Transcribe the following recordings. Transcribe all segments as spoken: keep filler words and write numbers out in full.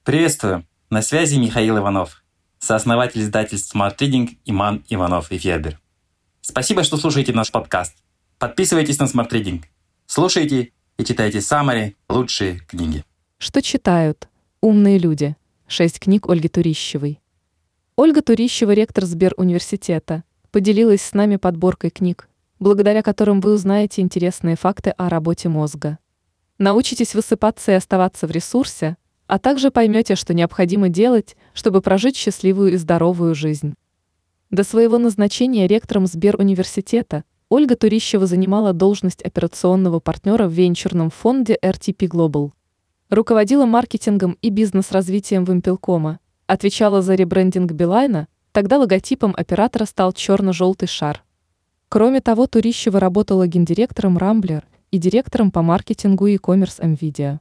Приветствую! На связи Михаил Иванов, сооснователь издательств Smart Reading Иман Иванов и Федер. Спасибо, что слушаете наш подкаст. Подписывайтесь на Smart Reading. Слушайте и читайте самые лучшие книги. Что читают умные люди? Шесть книг Ольги Турищевой. Ольга Турищева, ректор Сберуниверситета, поделилась с нами подборкой книг, благодаря которым вы узнаете интересные факты о работе мозга. Научитесь высыпаться и оставаться в ресурсе, а также поймете, что необходимо делать, чтобы прожить счастливую и здоровую жизнь. До своего назначения ректором Сберуниверситета Ольга Турищева занимала должность операционного партнера в венчурном фонде эр ти пи Global. Руководила маркетингом и бизнес-развитием Вимпелкома, отвечала за ребрендинг Билайна, тогда логотипом оператора стал черно-желтый шар. Кроме того, Турищева работала гендиректором Рамблер и директором по маркетингу и e-commerce NVIDIA.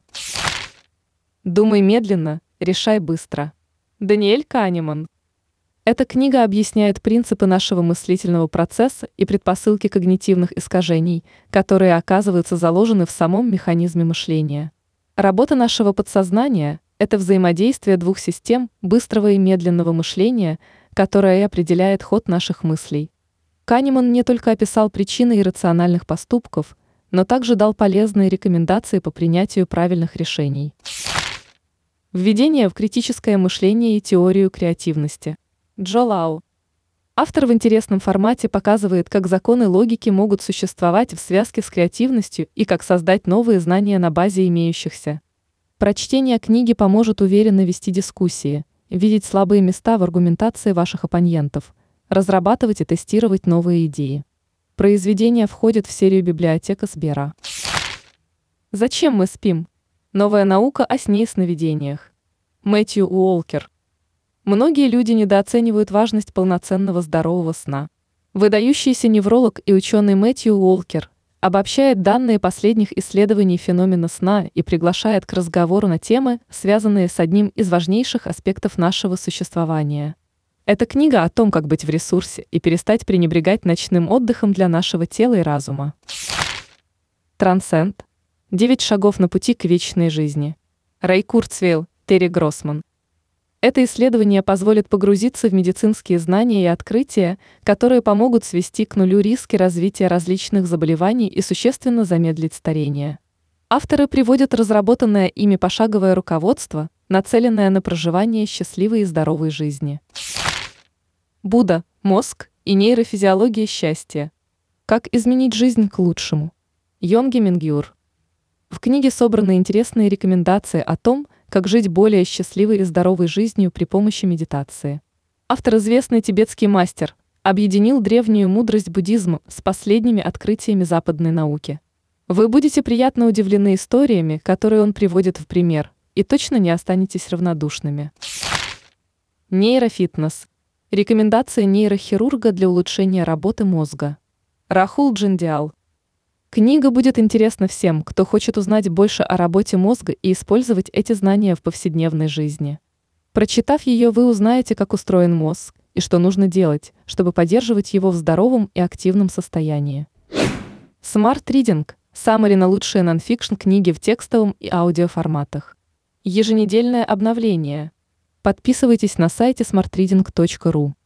«Думай медленно, решай быстро». Даниэль Канеман. Эта книга объясняет принципы нашего мыслительного процесса и предпосылки когнитивных искажений, которые оказываются заложены в самом механизме мышления. Работа нашего подсознания – это взаимодействие двух систем быстрого и медленного мышления, которое и определяет ход наших мыслей. Канеман не только описал причины иррациональных поступков, но также дал полезные рекомендации по принятию правильных решений. Введение в критическое мышление и теорию креативности. Джо Лау. Автор в интересном формате показывает, как законы логики могут существовать в связке с креативностью и как создать новые знания на базе имеющихся. Прочтение книги поможет уверенно вести дискуссии, видеть слабые места в аргументации ваших оппонентов, разрабатывать и тестировать новые идеи. Произведение входит в серию библиотека Сбера. Зачем мы спим? Новая наука о сне и сновидениях. Мэтью Уолкер. Многие люди недооценивают важность полноценного здорового сна. Выдающийся невролог и ученый Мэтью Уолкер обобщает данные последних исследований феномена сна и приглашает к разговору на темы, связанные с одним из важнейших аспектов нашего существования. Эта книга о том, как быть в ресурсе и перестать пренебрегать ночным отдыхом для нашего тела и разума. Трансценд. Девять шагов на пути к вечной жизни. Рэй Курцвейл, Терри Гроссман. Это исследование позволит погрузиться в медицинские знания и открытия, которые помогут свести к нулю риски развития различных заболеваний и существенно замедлить старение. Авторы приводят разработанное ими пошаговое руководство, нацеленное на проживание счастливой и здоровой жизни. Будда, мозг и нейрофизиология счастья. Как изменить жизнь к лучшему. Йонги Мингюр. В книге собраны интересные рекомендации о том, как жить более счастливой и здоровой жизнью при помощи медитации. Автор, известный тибетский мастер, объединил древнюю мудрость буддизма с последними открытиями западной науки. Вы будете приятно удивлены историями, которые он приводит в пример, и точно не останетесь равнодушными. Нейрофитнес. Рекомендации нейрохирурга для улучшения работы мозга. Рахул Джиндиал. Книга будет интересна всем, кто хочет узнать больше о работе мозга и использовать эти знания в повседневной жизни. Прочитав ее, вы узнаете, как устроен мозг и что нужно делать, чтобы поддерживать его в здоровом и активном состоянии. Smart Reading – саммари на лучшие нонфикшн книги в текстовом и аудиоформатах. Еженедельное обновление. Подписывайтесь на сайте смарт ридинг точка ру.